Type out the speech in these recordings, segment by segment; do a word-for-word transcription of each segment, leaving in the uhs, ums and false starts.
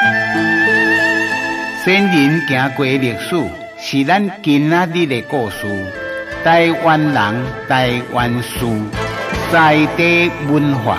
先人行过历史，是咱今仔日的故事。台湾人，台湾事，在地文化。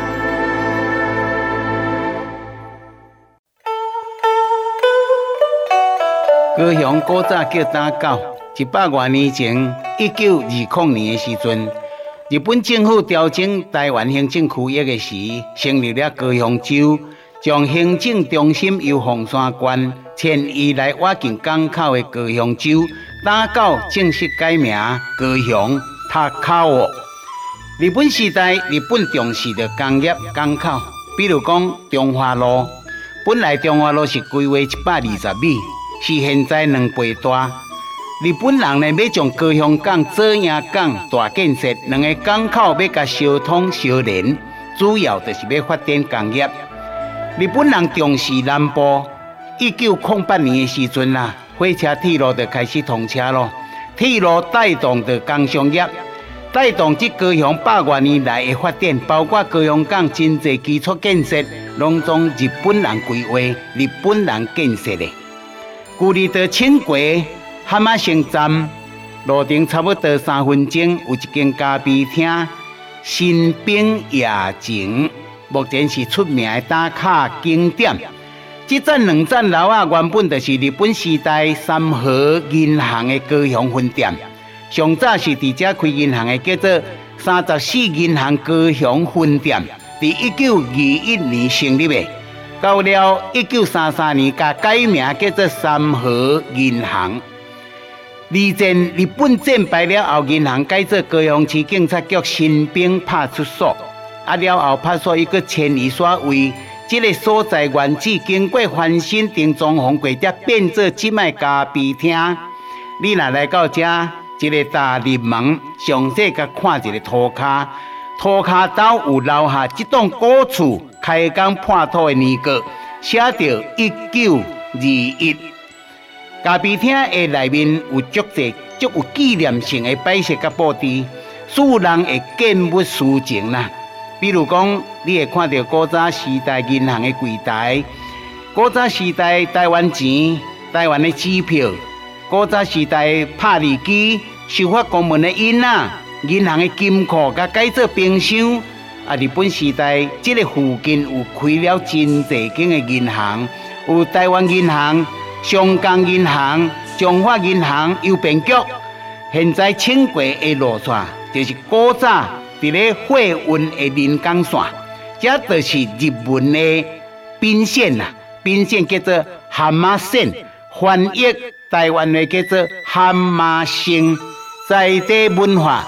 高雄古早叫打狗，一百多年前，一九二零年的时阵，日本政府调整台湾行政区域的时，成立了高雄州，将行政中心由凤山县迁移来挖进港口的高雄州，打狗正式改名高雄塔卡沃。日本时代，日本重视着工业港口，比如讲中华路，本来中华路是规划一百二十米。是现在两倍大。日本人呢要将高雄港、左营港大建设，两个港口要甲相通相连，主要就是要发展工业。日本人重视南部，一九零八年的时阵啦，火车铁路就开始通车咯。铁路带动着工商业，带动这高雄百多年来的发展，包括高雄港真侪基础建设，拢从日本人规划、日本人建设的。距离到轻轨蛤蟆城站路程差不多三分钟，有一间咖啡厅新兵夜情，目前是出名的打卡景点。这站两站楼啊，原本就是日本时代三和银行的高雄分店，上早是伫遮开银行的，叫做三十四银行高雄分店，伫一九二一年成立的。到了一九三三年，甲改名叫做三和银行。二战日本战败了后，银行改做高雄市警察局新兵派出所。啊了后，派出所伊个迁移所位，这个所在原址经过翻新，定装潢过，才变做即卖咖啡厅。你若来到这，这个大入门，详细甲看一个涂骹。涂骹斗有留下这栋古厝开工破土的年月，写着一九二一。咖啡厅的内面有足侪足有纪念性的摆设甲布置，使人会见物思情啦。比如讲，你会看到古早时代银行的柜台，古早时代台湾钱、台湾的支票，古早时代拍字机、收发公文的印仔。银行的金库甲改做冰箱，啊！日本时代这个附近有开了真侪间的银行，有台湾银行、香港银行、中华银行、邮便局。现在轻轨的路线就是古早伫咧货运的人工线，这就是日文的滨线啦。滨线叫做蛤蟆线，翻译台湾的叫做蛤蟆城，在地文化。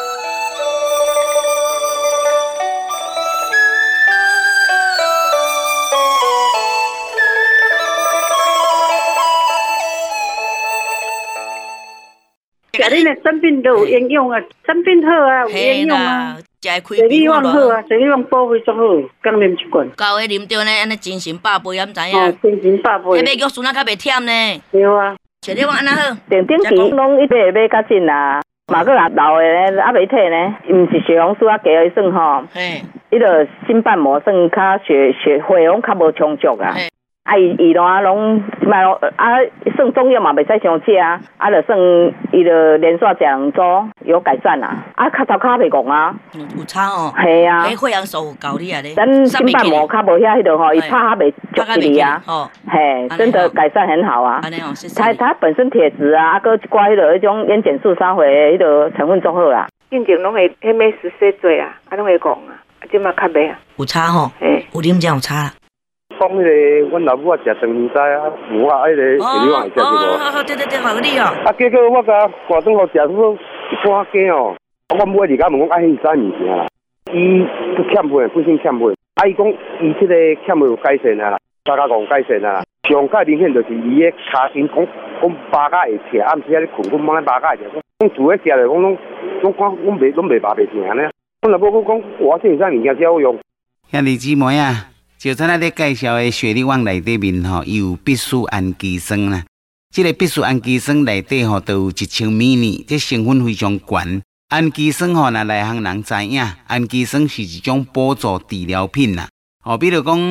食恁的产品都有营养啊，产品好啊，有营养啊。 食会开水力旺好啊，水力旺补肺足好，刚啉一罐。 够诶啉着呢，安尼精神百倍，敢知影？ 哦，精神百倍。 迄买玉笋啊，较袂忝呢。 对啊。 水力旺安那好？ 定定期拢一买买较紧啦，嘛个若老诶咧，还袂退呢，毋是血红素啊加去算吼。嘿。伊个心瓣膜算较血血血红较无充足啊。啊，伊伊拢拢即摆拢啊，算中药嘛袂使伤食啊，啊，就算伊就连续食两周有改善啦，啊，较头壳袂戆啊， 有有差哦， 系啊， 迄血氧素有够厉害咧， 咱心瓣膜较无遐迄度吼，伊拍较袂足力啊，哦，嘿，真的改善很好啊，安尼哦，它它本身铁质啊，啊，搁一寡迄个迄种烟碱素啥货迄个成分足好啦， 进前拢会迄咩实洗做啊，啊，拢会戆啊，啊，即马较袂啊， 有差吼，嘿，有啉才有差啦。 讲迄个，阮老母啊食长年菜啊，牛啊，迄个水里旺会食着无？ 哦，好好，对对对，好你哦。 啊，结果我甲挂转互食出一半鸡哦，我母伫甲问讲爱迄啥物件啦？伊欠费，本身欠费，啊，伊讲伊即个欠费有改善啊啦，大家讲改善啊啦。上较明显就是伊个骹筋讲讲巴甲会疼，暗时啊咧困，讲莫咧巴甲会疼。讲厝咧食咧，讲拢拢看，拢袂拢袂巴袂疼呢。阮老母讲我这啥物件才有用？ 兄弟姊妹啊！就咱咧介绍的雪力旺内底面吼，有必须氨基酸啦。这个必须氨基酸内底吼，都有一千米呢，这成分非常悬。氨基酸吼，若内行人知影，氨基酸是一种补助治疗品啦。哦，比如讲，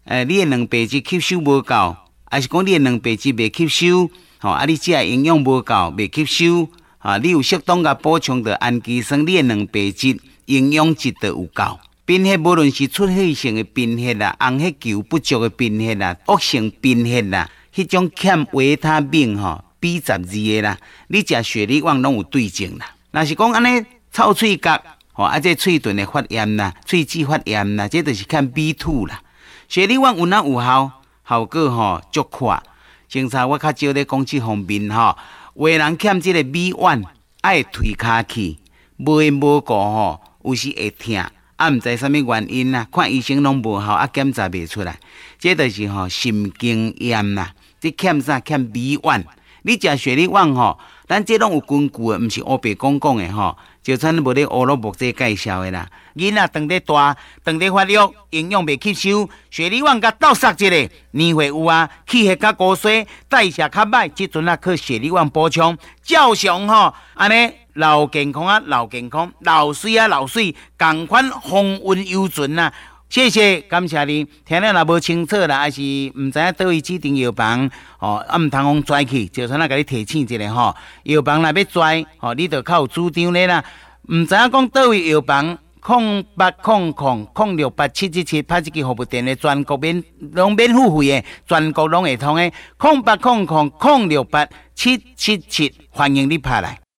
诶、呃，你的蛋白质吸收无够，还是讲你的蛋白质未吸收，吼、哦，啊，你食的营养无够，未吸收，啊，你有适当甲补充着氨基酸，你的蛋白质营养质就有够。贫血无论是出血性的贫血啦，红血球不足的贫血啦，恶性贫血啦，迄种欠维他命吼 B 十二的啦，你食雪里旺拢有对症啦。若是讲安尼臭喙角，吼、哦，啊，这喙唇的发炎啦，喙齿发炎啦，这就是欠 B 二 啦。雪里旺有哪有效？效果吼足快。先查我较少咧讲这方面吼，有的人欠这个 B 一，爱推骹去，无缘无故吼，有时会痛。啊，毋知啥物原因啊，看医生拢无效，啊检查袂出来，这就是吼、哦、神经炎啦。这欠啥？欠 B 一。你食雪里旺吼，咱这拢有根据的，毋是黑白讲讲的吼。就像无咧乌鲁木这介绍的啦。囡仔长得大，长得发育，营养袂吸收，雪里旺甲斗杀一个，年岁有啊，气血较高衰，代谢较歹，即阵啊靠雪里旺补充，照常吼，安尼。老健康啊，老健康，老水啊，老水，同款风韵犹存啊！谢谢，感谢你。听了若无清楚啦，还是毋知影倒位指定药房哦，啊毋通互拽去，就算啊，甲你提醒一下吼。药房若要拽，吼、哦，你着较有主张咧啦。毋知影讲倒位药房，空八空空空六八七七七，拍一支服务电话，全国免拢免付费的，全国拢会通的。空八空空空六八七七七，欢迎你拍来。